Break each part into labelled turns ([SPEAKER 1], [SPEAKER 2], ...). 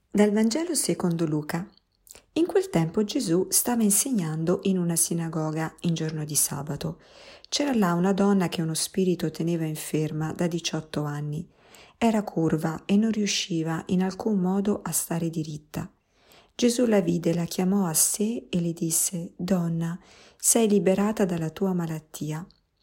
[SPEAKER 1] Dal Vangelo secondo Luca. In quel tempo Gesù stava insegnando in una sinagoga in giorno di sabato. C'era là una donna che uno spirito teneva inferma da 18 anni. Era curva e non riusciva in alcun modo a stare diritta. Gesù la vide, la chiamò a sé e le disse: «Donna, sei liberata dalla tua malattia».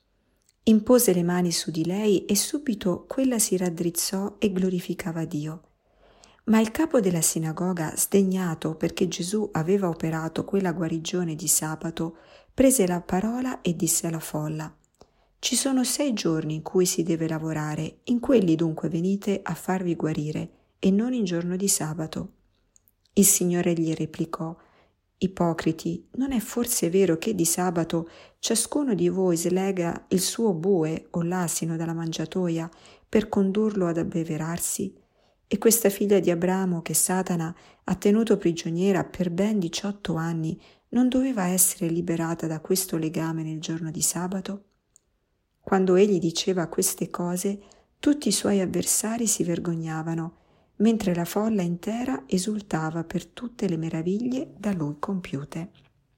[SPEAKER 1] Impose le mani su di lei e subito quella si raddrizzò e glorificava Dio. Ma il capo della sinagoga, sdegnato perché Gesù aveva operato quella guarigione di sabato, prese la parola e disse alla folla: «Ci sono 6 giorni in cui si deve lavorare, in quelli dunque venite a farvi guarire, e non in giorno di sabato». Il Signore gli replicò: «Ipocriti, non è forse vero che di sabato ciascuno di voi slega il suo bue o l'asino dalla mangiatoia per condurlo ad abbeverarsi? E questa figlia di Abramo che Satana ha tenuto prigioniera per ben 18 anni non doveva essere liberata da questo legame nel giorno di sabato?» Quando egli diceva queste cose, tutti i suoi avversari si vergognavano, mentre la folla intera esultava per tutte le meraviglie da lui compiute.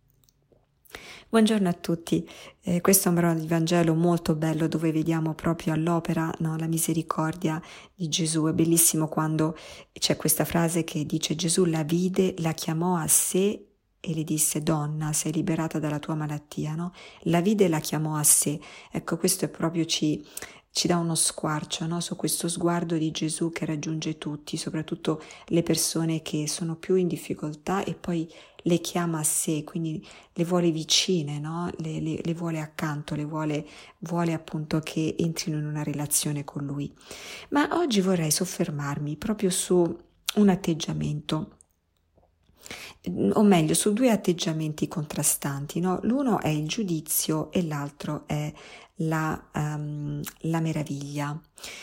[SPEAKER 1] Buongiorno a tutti, questo è un brano di Vangelo molto bello dove vediamo proprio all'opera, no, la misericordia di Gesù. È bellissimo quando c'è questa frase che dice: Gesù la vide, la chiamò a sé e le disse: «Donna, sei liberata dalla tua malattia», no? La vide e la chiamò a sé. Ecco, questo è proprio ci dà uno squarcio, no? Su questo sguardo di Gesù che raggiunge tutti, soprattutto le persone che sono più in difficoltà, e poi le chiama a sé, quindi le vuole vicine, no? Le vuole accanto, vuole appunto che entrino in una relazione con lui. Ma oggi vorrei soffermarmi proprio su un atteggiamento, o meglio su 2 atteggiamenti contrastanti, no? L'uno è il giudizio e l'altro è la meraviglia.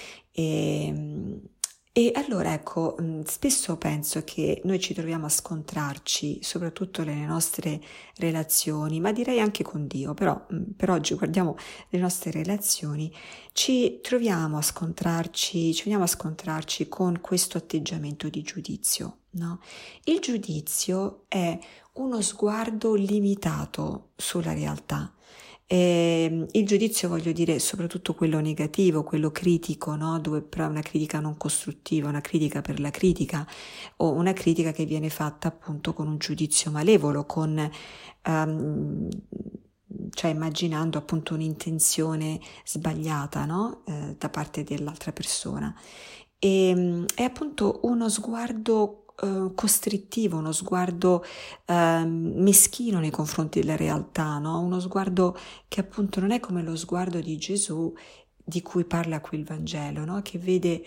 [SPEAKER 1] E allora ecco, spesso penso che noi ci troviamo a scontrarci, soprattutto nelle nostre relazioni, ma direi anche con Dio, però per oggi guardiamo le nostre relazioni, ci veniamo a scontrarci con questo atteggiamento di giudizio, no? Il giudizio è uno sguardo limitato sulla realtà. Il giudizio, voglio dire, soprattutto quello negativo, quello critico, no? Dove però è una critica non costruttiva, una critica per la critica, o una critica che viene fatta appunto con un giudizio malevolo, cioè immaginando appunto un'intenzione sbagliata, no? Da parte dell'altra persona. È appunto uno sguardo costrittivo, uno sguardo meschino nei confronti della realtà, no? Uno sguardo che appunto non è come lo sguardo di Gesù di cui parla qui il Vangelo, no? Che vede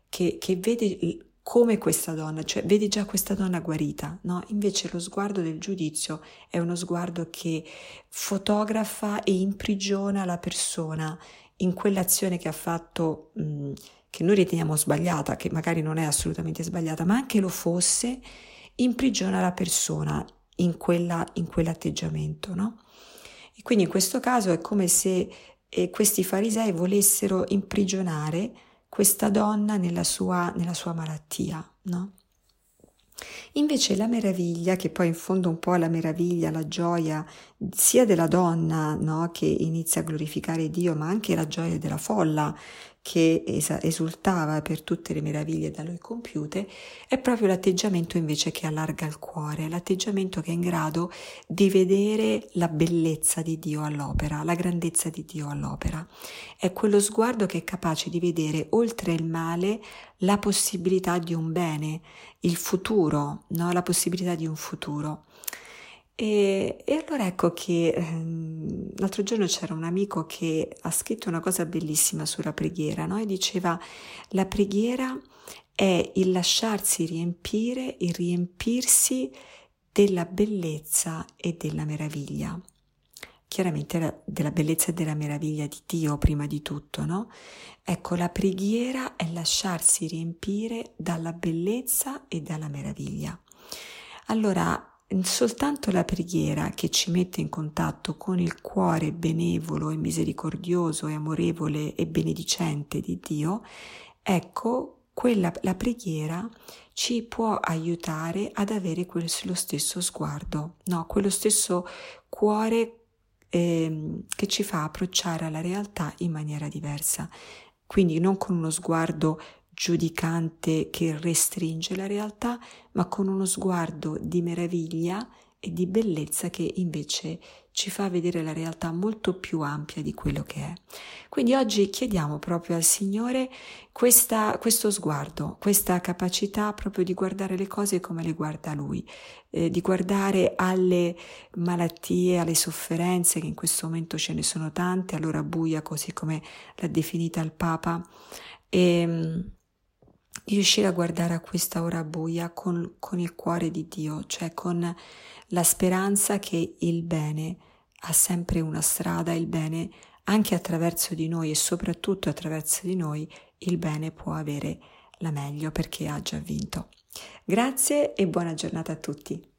[SPEAKER 1] come questa donna, cioè vede già questa donna guarita, no? Invece lo sguardo del giudizio è uno sguardo che fotografa e imprigiona la persona in quell'azione che ha fatto, che noi riteniamo sbagliata, che magari non è assolutamente sbagliata, ma anche lo fosse, imprigiona la persona in quell'atteggiamento, no? E quindi in questo caso è come se questi farisei volessero imprigionare questa donna nella sua malattia, no? Invece la meraviglia, che poi in fondo un po' la meraviglia, la gioia sia della donna, no, che inizia a glorificare Dio, ma anche la gioia della folla che esultava per tutte le meraviglie da lui compiute, è proprio l'atteggiamento invece che allarga il cuore, l'atteggiamento che è in grado di vedere la bellezza di Dio all'opera, la grandezza di Dio all'opera. È quello sguardo che è capace di vedere oltre il male la possibilità di un bene, il futuro, no? La possibilità di un futuro. E allora ecco che l'altro giorno c'era un amico che ha scritto una cosa bellissima sulla preghiera, no? E diceva: la preghiera è il lasciarsi riempire, il riempirsi della bellezza e della meraviglia. Chiaramente della bellezza e della meraviglia di Dio prima di tutto, no? Ecco, la preghiera è lasciarsi riempire dalla bellezza e dalla meraviglia. Allora, soltanto la preghiera che ci mette in contatto con il cuore benevolo e misericordioso e amorevole e benedicente di Dio, ecco, la preghiera ci può aiutare ad avere lo stesso sguardo, no? Quello stesso cuore che ci fa approcciare alla realtà in maniera diversa. Quindi non con uno sguardo giudicante che restringe la realtà, ma con uno sguardo di meraviglia e di bellezza che invece ci fa vedere la realtà molto più ampia di quello che è. Quindi oggi chiediamo proprio al Signore questo sguardo, questa capacità proprio di guardare le cose come le guarda Lui, di guardare alle malattie, alle sofferenze, che in questo momento ce ne sono tante, all'ora buia, così come l'ha definita il Papa, e di riuscire a guardare a questa ora buia con il cuore di Dio, cioè con la speranza che il bene ha sempre una strada, il bene anche attraverso di noi e soprattutto attraverso di noi il bene può avere la meglio perché ha già vinto. Grazie e buona giornata a tutti.